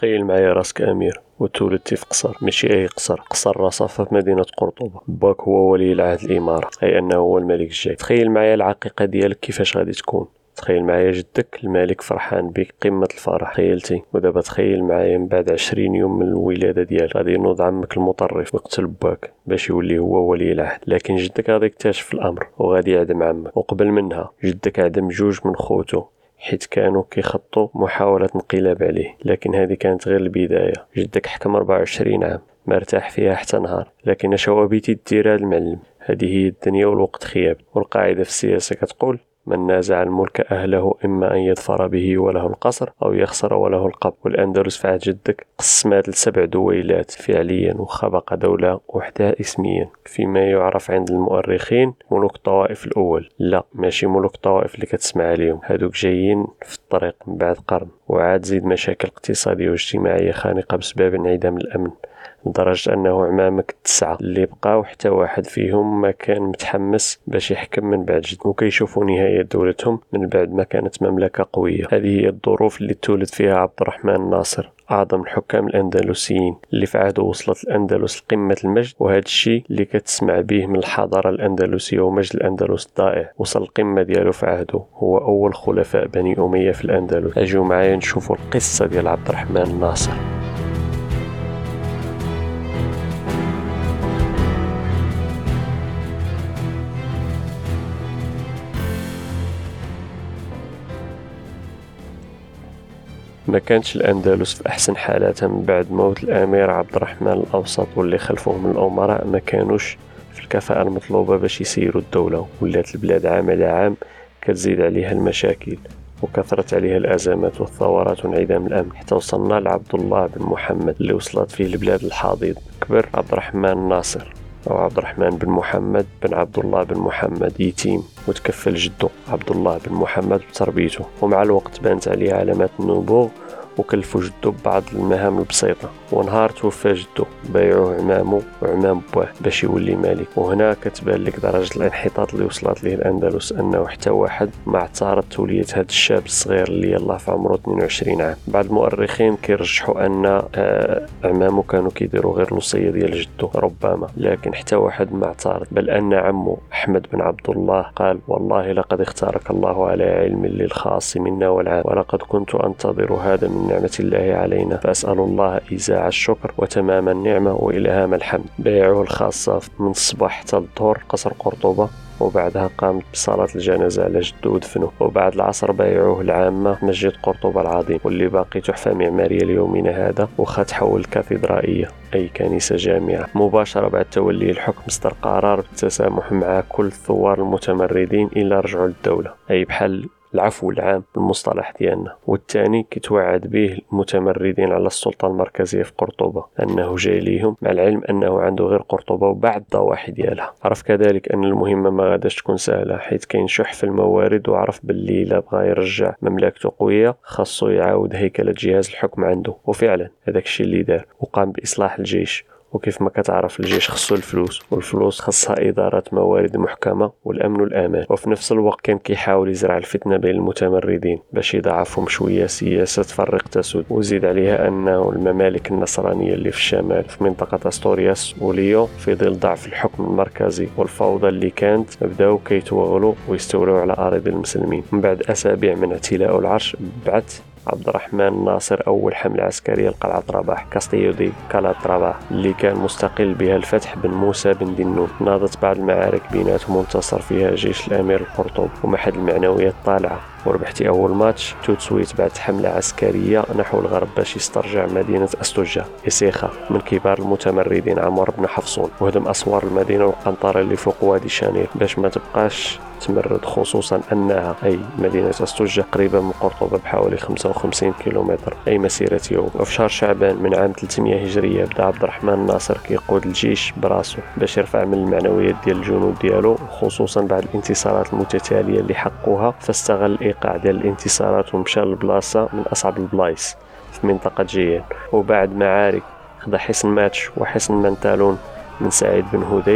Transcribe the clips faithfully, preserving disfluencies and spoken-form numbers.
تخيل معايا راسك أمير وتولدتي في قصر، ماشي أي قصر، قصر رصافة في مدينة قرطبة. باك هو ولي العهد الإمارة، أي أنه هو الملك الجاي. تخيل معايا العقيقة ديالك كيفاش غادي تكون. تخيل معايا جدك الملك فرحان بك قمة الفرح، تخيلتي. ودابا تخيل معايا من بعد عشرين يوم من الولادة ديالك غادي ينوض عمك المطرف ويقتل باك باش يولي هو ولي العهد، لكن جدك غادي يكتشف الأمر وغادي يعدم عمك. وقبل منها جدك عدم جوج من خوتو حيت كانوا كيخطوا محاولة انقلاب عليه، لكن هذه كانت غير البداية. جدك حكم أربعة وعشرين عام ما ارتاح فيها حتى نهار، لكن اش هو بيتي دير هاد المعلم. هذه هي الدنيا والوقت خياب، والقاعدة في السياسة كتقول من نازع الملك أهله إما أن يظفر به وله القصر أو يخسر وله القبر. والأندلس في عهد جدك قسمات لسبع دويلات فعليا، وخا بقى دولة وحدها اسميا، فيما يعرف عند المؤرخين ملوك الطوائف الأول. لا، ماشي ملوك الطوائف اللي كتسمع عليهم، هادوك جايين في الطريق من بعد قرن. وعاد زيد مشاكل اقتصادية واجتماعية خانقة بسبب انعدام الأمن، لدرجة أنه عمامك التسعة اللي بقاو حتى واحد فيهم ما كان متحمس باش يحكم من بعد جد، وكيشوفوا نهاية دولتهم من بعد ما كانت مملكة قوية. هذه هي الظروف اللي تولد فيها عبد الرحمن الناصر، أعظم الحكام الأندلسيين اللي في عهده وصلت الأندلس لقمة المجد. وهذا الشيء اللي كتسمع به من الحضارة الأندلسية ومجد الأندلس الضائع وصل القمة ديالو في عهده. هو أول خلفاء بني أمية في الأندلس. أجيو معايا نشوفوا القصة ديال عبد الرحمن الناصر. ما كانتش الأندلس في أحسن حالاتها من بعد موت الأمير عبد الرحمن الأوسط، واللي خلفوه من الأمراء ما كانوش في الكفاءة المطلوبة باش يسيروا الدولة. ولات البلاد عام على عام كتزيد عليها المشاكل وكثرت عليها الأزمات والثورات وانعدام الأمن، حتى وصلنا لعبد الله بن محمد اللي وصلت فيه البلاد الحضيض. كبر عبد الرحمن الناصر أو عبد الرحمن بن محمد بن عبد الله بن محمد يتيم، وتكفل جده عبد الله بن محمد بتربيته. ومع الوقت بانت عليه علامات النبوغ وكلفوا جدو بعض المهام البسيطة. ونهار توفى جدو بايعوه عمامو وعمام بواه باش يولي مالك. وهنا كتبان لك درجة الانحطاط اللي وصلت ليه الأندلس، أنه حتى واحد ما اعترض تولية هذا الشاب الصغير اللي يلاه في عمره اثنين وعشرين عام. بعض المؤرخين كيرجحوا أن آه عمامو كانوا كيديروا غير الوصية ديال جدو ربما، لكن حتى واحد ما اعترض، بل أن عمو أحمد بن عبد الله قال والله لقد اختارك الله على علم للخاص منا والعام، ولقد كنت أنتظر هذا من نعمة الله علينا، فأسأل الله إيزاع الشكر وتمام النعمة وإلهام الحمد. بايعوه الخاصة من الصباح حتى الظهر قصر قرطبة، وبعدها قامت بصلاة الجنازة على جدو ودفنه. وبعد العصر بايعوه العامة مسجد قرطبة العظيم، واللي باقي تحفة معمارية ليومنا هذا، وخا تحول كاتدرائية أي كنيسة جامعة. مباشرة بعد تولي الحكم صدر قرار بالتسامح مع كل الثوار المتمردين إلا رجعوا للدولة، أي بحال العفو العام بالمصطلح ديالنا. والثاني كيتوعد به المتمردين على السلطة المركزية في قرطبة أنه جاي ليهم، مع العلم أنه عنده غير قرطبة وبعض الضواحي ديالها. عرف كذلك أن المهمة ما غاداش تكون سهلة، حيث كاين شح في الموارد، وعرف باللي إلا بغى يرجع مملكته قوية خاصو يعاود هيكلة جهاز الحكم عنده. وفعلا هذاك الشيء اللي دار، وقام بإصلاح الجيش. وكيف ما كتعرف الجيش خصو الفلوس، والفلوس خصها إدارة موارد محكمة والأمن والأمان. وفي نفس الوقت كان كيحاول يزرع الفتنة بين المتمردين باش يضعفهم شوية سياسة فرق تسود. وزيد عليها أنه الممالك النصرانية اللي في الشمال في منطقة أستورياس وليو في ظل ضعف الحكم المركزي والفوضى اللي كانت بداو كيتوغلوا ويستولوا على أراضي المسلمين. من بعد أسابيع من اعتلاء العرش بعث عبد الرحمن الناصر أول حملة عسكرية لقلعة رباح كاستيو دي كالاتراباح، اللي كان مستقل بها الفتح بن موسى بن دينون. ناضت بعض المعارك بيناتهم وانتصر فيها جيش الأمير القرطب ومحد المعنويات طالعة، وربحتي أول ماتش توتسويت بعد حملة عسكرية نحو الغرب باش يسترجع مدينة أستوجا إسيخا من كبار المتمردين عمر بن حفصون، وهدم أسوار المدينة والقنطرة اللي فوق وادي شانيل باش ما تبقاش تمرد، خصوصا أنها أي مدينة أستوجا قريبة من قرطبة بحوالي خمسة وخمسين كيلومتر أي مسيرة يوم. وفي شهر شعبان من عام ثلاثمائة هجرية بدا عبد الرحمن الناصر كيقود الجيش براسو باش يرفع من المعنويات ديال الجنود ديالو، خصوصا بعد الانتصارات المتتالية اللي حقوها. فاستغل الإيقاع ديال الانتصارات ومشى لبلاصة من أصعب البلايص في منطقة جيان. وبعد معارك خدا حصن ماتش وحصن منتالون من سعيد بن هذيل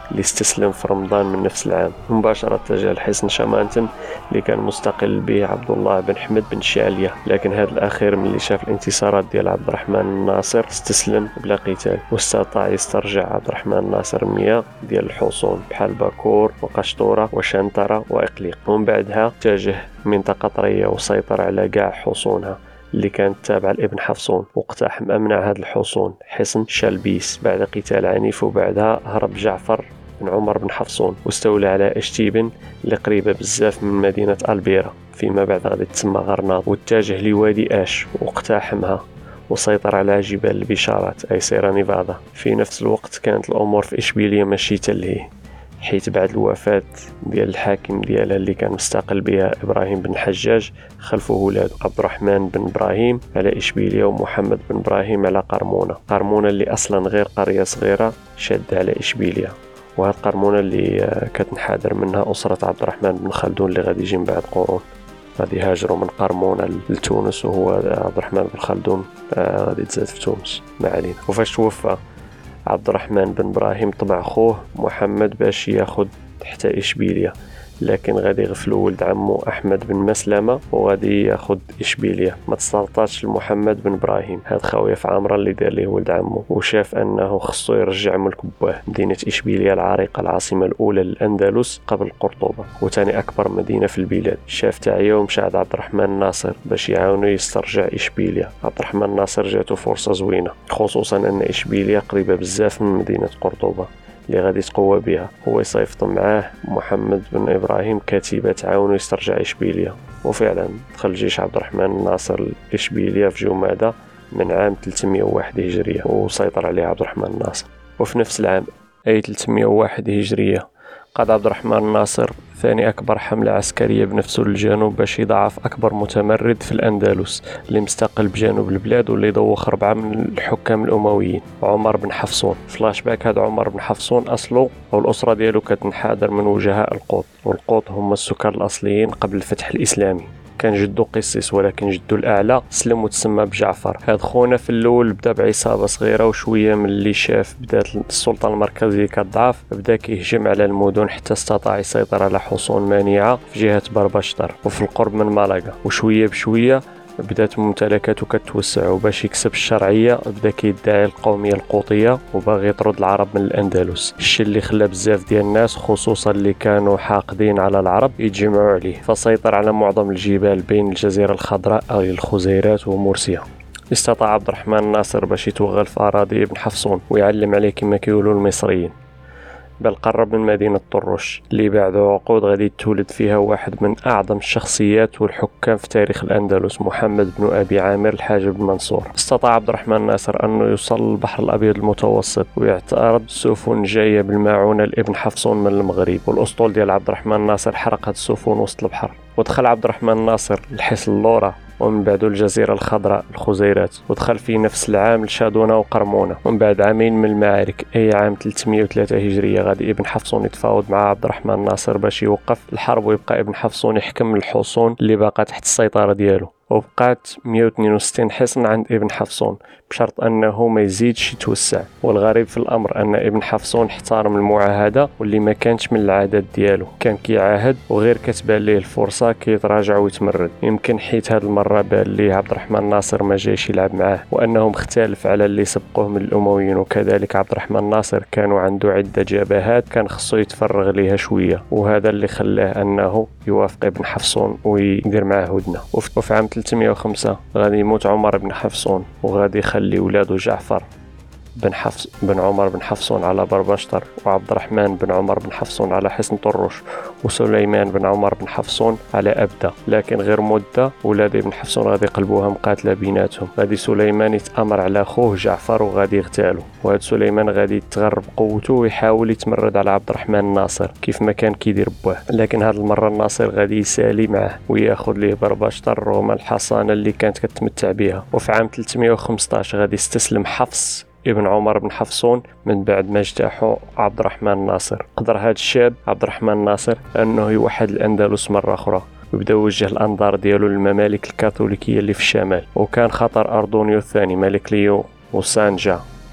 اللي استسلم في رمضان من نفس العام. مباشرة اتجه لحصن شمانتن اللي كان مستقل به عبد الله بن حمد بن شالية، لكن هذا الأخير من اللي شاف الانتصارات ديال عبد الرحمن الناصر استسلم بلا قتال، واستطاع يسترجع عبد الرحمن الناصر مياه ديال الحصون بحال باكور وقشطورة وشنطرة وإقليق. ومن بعدها اتجه منطقة طرية وسيطر على كاع حصونها اللي كانت تابعة لابن حفصون، واقتحم أمنع هذه الحصون حصن شلبيس بعد قتال عنيف. وبعدها هرب جعفر بن عمر بن حفصون واستولى على اشتيبن اللي قريبة بزاف من مدينة البيرة، فيما بعد غادي تسمى غرناط، واتجه لوادي اش واقتحمها وسيطر على جبال البشارات أي سيرا نيفادا. في نفس الوقت كانت الأمور في إشبيلية ماشي تلهي، حيث بعد الوفاة ديال الحاكم ديالها اللي كان مستقل بها إبراهيم بن الحجاج خلفه ولاد عبد الرحمن بن إبراهيم على إشبيلية ومحمد بن إبراهيم على قرمونة. قرمونة اللي أصلا غير قرية صغيرة شادة على إشبيلية، وهاد قرمونة اللي كتنحدر منها أسرة عبد الرحمن بن خلدون اللي غادي يجي من بعد قرون. غادي هاجروا من قرمونة لتونس، وهو عبد الرحمن بن خلدون غادي تزاد في تونس، ما علينا. وفاش توفى عبد الرحمن بن إبراهيم طبع خوه محمد باش ياخد حتى إشبيلية، لكن غادي يغفلوا ولد عمو أحمد بن مسلمة وغادي ياخد إشبيلية. ما تسلطاتش لمحمد بن إبراهيم هاد خاوية في عمرة اللي دار ليه ولد عمو، وشاف أنه خصو يرجع ملك باه مدينة إشبيلية العريقة العاصمة الأولى للأندلس قبل قرطبة وثاني أكبر مدينة في البلاد. شاف تعيا ومشى عند عبد الرحمن الناصر باش يعاونو يسترجع إشبيلية. عبد الرحمن الناصر جاتو فرصة زوينة، خصوصا أن إشبيلية قريبة بزاف من مدينة قرطبة اللي غادي تقوى بها. هو يصيفط معاه محمد بن إبراهيم كتيبة تعاونو يسترجع إشبيلية، وفعلا دخل جيش عبد الرحمن الناصر إشبيلية في جمادة من عام ثلاثمائة وواحد هجرية وسيطر عليه عبد الرحمن الناصر. وفي نفس العام أي ثلاثمائة وواحد هجرية قاد عبد الرحمن الناصر ثاني أكبر حملة عسكرية بنفسه للجنوب باش يضعف أكبر متمرد في الأندلس اللي مستقل بجنوب البلاد واللي دوخ أربعة من الحكام الأمويين، عمر بن حفصون. فلاش باك، هذا عمر بن حفصون أصله أو الأسرة ديالو كتنحدر من وجهاء القوط، والقوط هم السكان الأصليين قبل الفتح الإسلامي. كان جدو قسيس، ولكن جدو الأعلى سلم وتسمى بجعفر. هاد خونا في الأول بدا بعصابة صغيرة، وشوية من اللي شاف بدات السلطة المركزية كتضعف بدا كيهجم على المدن حتى استطاع يسيطر على حصون مانعة في جهة بربشتر وفي القرب من مالاغا. وشوية بشوية بدات ممتلكاته كتوسع، وباش يكسب الشرعية بدا كيدعي القومية القوطية وباغي يطرد العرب من الأندلس، الشيء اللي خلى بزاف ديال الناس خصوصا اللي كانوا حاقدين على العرب يتجمعوا عليه. فسيطر على معظم الجبال بين الجزيرة الخضراء أو الخزيرات ومرسيا. استطاع عبد الرحمن الناصر باش يتوغل في أراضي ابن حفصون ويعلم عليه كما كيقولوا المصريين، بل قرب من مدينة طرش اللي بعد عقود غادي تولد فيها واحد من أعظم الشخصيات والحكام في تاريخ الأندلس، محمد بن أبي عامر الحاجب المنصور. استطاع عبد الرحمن الناصر أنه يوصل البحر الأبيض المتوسط ويعترض سفن جاية بالماعونة لابن حفصون من المغرب، والأسطول ديال عبد الرحمن الناصر حرق هاد السفن وسط البحر. ودخل عبد الرحمن الناصر لحصن اللورا ومن بعد الجزيرة الخضراء الخزيرات، ودخل في نفس العام لشادونة وقرمونة. ومن بعد عامين من المعارك أي عام ثلاثمائة وثلاثة هجرية غادي ابن حفصون يتفاوض مع عبد الرحمن الناصر باش يوقف الحرب ويبقى ابن حفصون يحكم الحصون اللي باقا تحت السيطرة ديالو. وبقات مئة واثنين وستين حصن عند ابن حفصون بشرط أنه ما يزيدش يتوسع. والغريب في الأمر أن ابن حفصون احترم المعاهدة واللي ما كانش من العادات ديالو، كان كيعاهد وغير كتبان ليه الفرصة كيتراجع ويتمرد. يمكن حيت هاد المرة بان ليه عبد الرحمن الناصر ما جايش يلعب معاه وأنه مختلف على اللي سبقوه من الأمويين، وكذلك عبد الرحمن الناصر كانوا عنده عدة جبهات كان خصو يتفرغ ليها شوية، وهذا اللي خلاه أنه يوافق ابن حفصون ويدير معاه هدنة. وفي عام ثلاثمائة وخمسة غادي يموت عمر بن حفصون وغادي يخلي ولاده جعفر بن حفص بن عمر بن حفصون على بربشتر، وعبد الرحمن بن عمر بن حفصون على حصن طرش، وسليمان بن عمر بن حفصون على أبدة. لكن غير مدة ولاد ابن حفصون غادي يقلبوها مقاتلة بيناتهم. غادي سليمان يتأمر على أخوه جعفر وغادي يغتالو، وهذا سليمان غادي يتغرب قوته ويحاول يتمرد على عبد الرحمن الناصر كيف ما كان كيدير بواه. لكن هذه المرة الناصر غادي يسالي معه وياخذ ليه بربشتر رغم الحصانة اللي كانت كتمتع بها. وفي عام ثلاثمائة وخمسطاش غادي يستسلم حفص ابن عمر بن حفصون من بعد ما اجتاحوا عبد الرحمن الناصر. قدر هذا الشاب عبد الرحمن الناصر انه يوحد الاندلس مره اخرى وبدا يوجه الانظار ديالو للممالك الكاثوليكيه اللي في الشمال، وكان خطر اردونيو الثاني ملك ليو وسانجا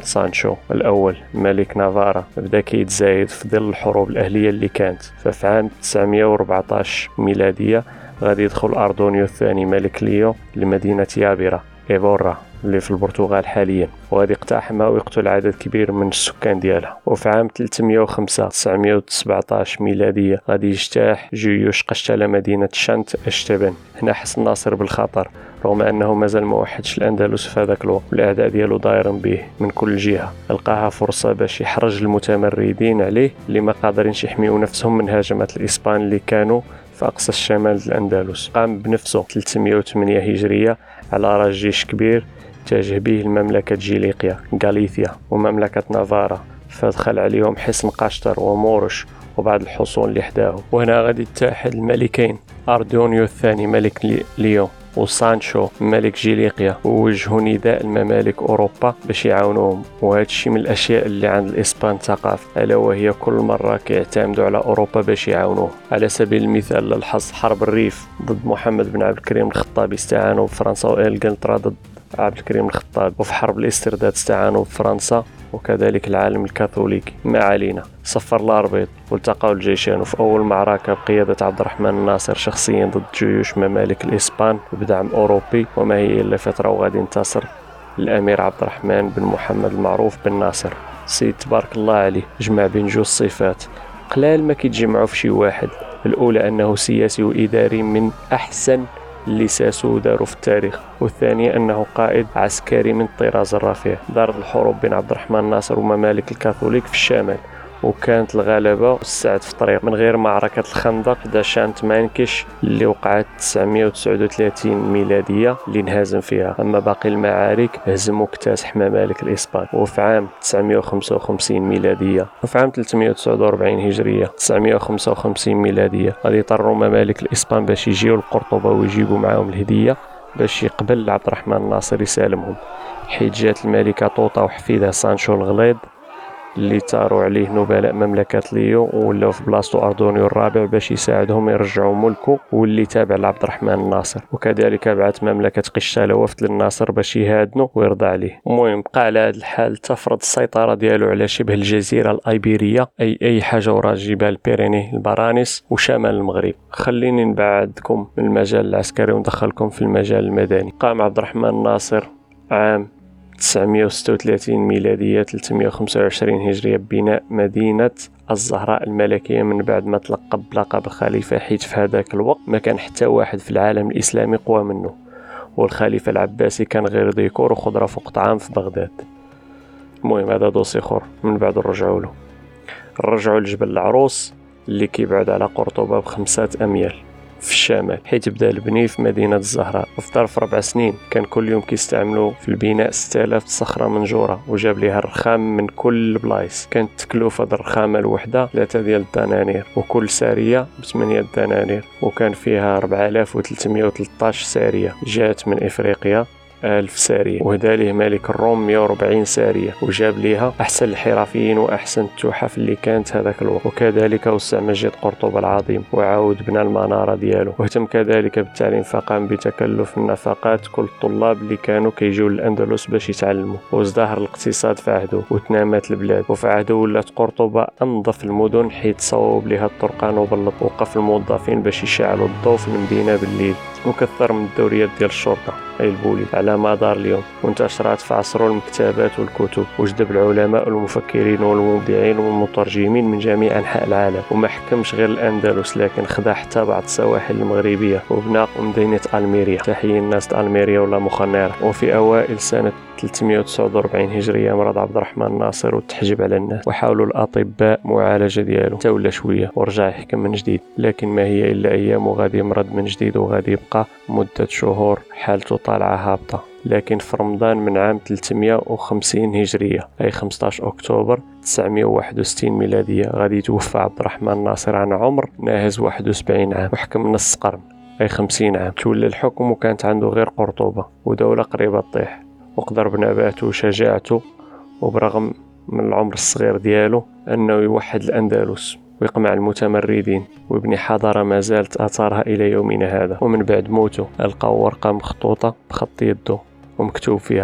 سانشو الأول ملك نافارا بدا كيتزايد في ظل الحروب الأهلية اللي كانت. ففي عام تسعمائة وأربعطاش ميلادية غادي يدخل أردونيو الثاني ملك ليو لمدينة يابيرا إيفورا اللي في البرتغال حاليا، وغادي يقتحمها ويقتل عدد كبير من السكان ديالها. وفي عام ثلاثمائة وخمسة تسعمائة وسبعطاش ميلادية غادي يجتاح جيوش قشتالة مدينة شانت اشتبن. هنا حس الناصر بالخطر رغم انه مازال ما وحدش الاندلس في هذاك الوقت، والاعداء ديالو دايرين به من كل جهه. لقاها فرصه باش يحرج المتمردين عليه اللي ما قادرينش يحميوا نفسهم من هجمات الاسبان اللي كانوا في اقصى الشمال الاندلس. قام بنفسه ثلاثمائة وثمانية هجريه على راس جيش كبير تواجه به المملكه جيليقيا غاليثيا ومملكه نافارا، فدخل عليهم حصن قشتر ومورش وبعض الحصون اللي حداهم. وهنا غادي يتحد الملكين أردونيو الثاني ملك ليون وسانشو ملك جيليقيا، ووجهوا نداء الممالك أوروبا باش يعاونوهم. وهذا الشيء من الأشياء اللي عند الإسبان ثقافة، ألا وهي كل مرة كيعتمدوا على أوروبا باش يعاونوه. على سبيل المثال للحظ حرب الريف ضد محمد بن عبد الكريم الخطابي استعانوا بفرنسا وإنجلترا ضد عبد الكريم الخطابي، وفي حرب الاسترداد استعانوا بفرنسا وكذلك العالم الكاثوليكي. ما علينا. صفر الأربيض والتقوا الجيشان، وفي أول معركة بقيادة عبد الرحمن الناصر شخصيا ضد جيوش ممالك الإسبان بدعم أوروبي، وما هي إلا فترة وغادي ينتصر الأمير عبد الرحمن بن محمد المعروف بن ناصر. سيد تبارك الله عليه جمع بين جوج صفات قلال ما كيتجمعوا في شي واحد. الأولى أنه سياسي وإداري من أحسن اللي ساسوا داروا في التاريخ، والثانية أنه قائد عسكري من الطراز الرفيع. دارت الحروب بين عبد الرحمن الناصر وممالك الكاثوليك في الشمال، وكانت الغلبة والسعد في الطريق من غير معركة الخندق دا شانت مانكش اللي وقعت تسعمائة وتسعة وثلاثين ميلادية اللي انهزم فيها. أما باقي المعارك هزم واكتسح ممالك الإسبان. وفي عام تسعمائة وخمسة وخمسين ميلادية وفي عام ثلاثمائة وتسعة وأربعين هجرية تسعمائة وخمسة وخمسين ميلادية غادي يضطروا ممالك الإسبان باش يجيو لقرطبة ويجيبوا معاهم الهدية باش يقبل عبد الرحمن الناصر يسالمهم، حيت جات الملكة طوطا وحفيدها سانشو الغليظ اللي تاروا عليه نبلاء مملكة ليو ولاو في بلاصتو أردونيو الرابع باش يساعدهم يرجعوا ملكه واللي تابع لعبد الرحمن الناصر. وكذلك بعث مملكة قشتالة وفد للناصر باش يهادنوا ويرضى عليه. المهم بقى على هذا الحال تفرض السيطرة ديالو على شبه الجزيرة الأيبيرية، أي أي حاجة وراء جبال بيريني البرانيس وشمال المغرب. خليني نبعدكم من المجال العسكري وندخلكم في المجال المدني. قام عبد الرحمن الناصر عام تسعمائة وستة وثلاثين ميلادية ثلاثمائة وخمسة وعشرين هجرية ببناء مدينة الزهراء الملكية من بعد ما تلقب بلقب الخليفة، حيث في هذاك الوقت ما كان حتى واحد في العالم الإسلامي قوى منه، والخليفة العباسي كان غير ديكور وخضرة فوق طعام في بغداد. المهم هذا دوسي خور من بعد نرجعوا له. نرجعوا لجبل العروس اللي كيبعد على قرطبة بخمسة أميال في الشمال، حيث بدا البني في مدينة الزهراء. وفي ظرف ربع سنين كان كل يوم كيستعملوا في البناء ستة آلاف صخرة منجورة، وجاب ليها الرخام من كل البلايص. كانت تكلفة الرخامة الوحدة ثلاثة ديال الدنانير، وكل سارية بثمانية دنانير، وكان فيها أربعة آلاف وثلاثمائة وثلاثة عشر سارية جات من إفريقيا ألف سارية، وهدا ليه ملك الروم مئة وأربعين سارية، وجاب ليها أحسن الحرفيين وأحسن التحف اللي كانت هذاك الوقت. وكذلك وسع مسجد قرطبة العظيم وعاود بنى المنارة ديالو، واهتم كذلك بالتعليم، فقام بتكلف النفقات كل الطلاب اللي كانوا كيجيو للأندلس باش يتعلموا، وازدهر الاقتصاد في عهده وتنامت البلاد. وفي عهده ولات قرطبة أنظف المدن، حيث صوب لها الطرقان وبلط، وقف الموظفين باش يشعلوا الضوء في المدينة بالليل، وكثر من الدوريات ديال الشرطة أي البوليس على مدار اليوم، وانتشرت في عصره المكتبات والكتب، وجذب العلماء والمفكرين والمبدعين والمترجمين من جميع أنحاء العالم. وما حكمش غير الأندلس، لكن خدا حتى بعض السواحل المغربية وبنى مدينة ألميريا، تحيي الناس ألميريا ولا مخنيرة. وفي أوائل سنة ثلاثمائة وتسعة وأربعين هجرية مرض عبد الرحمن الناصر وتحجب على الناس، وحاولوا الأطباء معالجة ديالو حتى ولا شوية ورجع يحكم من جديد، لكن ما هي إلا أيام وغادي يمرض من جديد، وغادي يبقى مدة شهور حالته طالعة هابطة. لكن في رمضان من عام ثلاثمائة وخمسين هجرية أي خمسة عشر أكتوبر تسعمائة وواحد وستين ميلادية غادي يتوفى عبد الرحمن الناصر عن عمر ناهز واحد وسبعين عام، وحكم نص قرن أي خمسين عام. تولى الحكم وكانت عنده غير قرطبة ودولة قريبة تطيح، وقدر بنباته وشجاعته وبرغم من العمر الصغير ديالو أنه يوحد الأندلس ويقمع المتمردين ويبني حضارة ما زالت آثارها إلى يومنا هذا. ومن بعد موته ألقاو ورقة مخطوطة بخط يده ومكتوب فيها: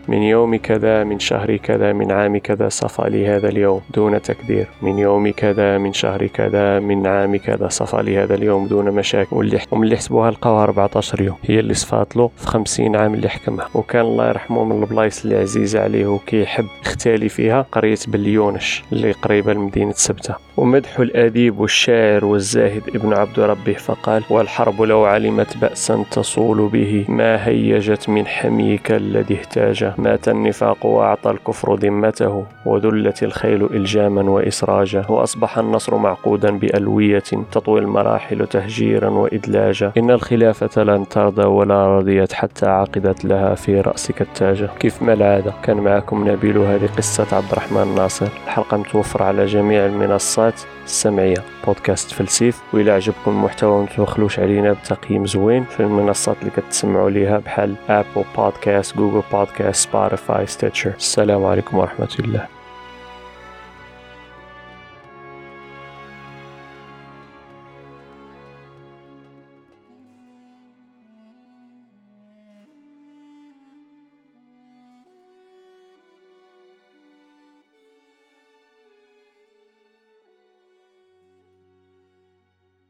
من يوم كذا من شهر كذا من عام كذا صفى لي هذا اليوم دون تكدير، من يوم كذا من شهر كذا من عام كذا صفى لي هذا اليوم دون مشاكل. واللي واللي حسبوها لقاوها أربعة عشر يوم هي اللي صفات له في خمسين عام اللي حكمها. وكان الله يرحمه من البلايص اللي عزيزة عليه وكيحب يختالي فيها قرية بليونش اللي قريبة لمدينة سبتة. ومدح الأديب والشاعر والزاهد ابن عبد ربه فقال: والحرب لو علمت بأسا تصول به ما هيجت من حميك الذي اهتاج، مات النفاق وأعطى الكفر ذمته وذلت الخيل إلجاما وإسراجا، وأصبح النصر معقودا بألوية تطوي المراحل تهجيرا وإدلاجا، إن الخلافة لن ترضى ولا رضيت حتى عقدت لها في رأسك التاجة. كيف ما العادة كان معكم نبيل، هذه قصة عبد الرحمن ناصر. الحلقة متوفرة على جميع المنصات السمعية بودكاست فلسيف. وإلى عجبكم المحتوى متبخلوش علينا بتقييم زوين في المنصات اللي كتسمعوا ليها بحال أبل بودكاست، جوجل بودكاست، سبوتيفاي، ستيتشر. السلام عليكم ورحمة الله.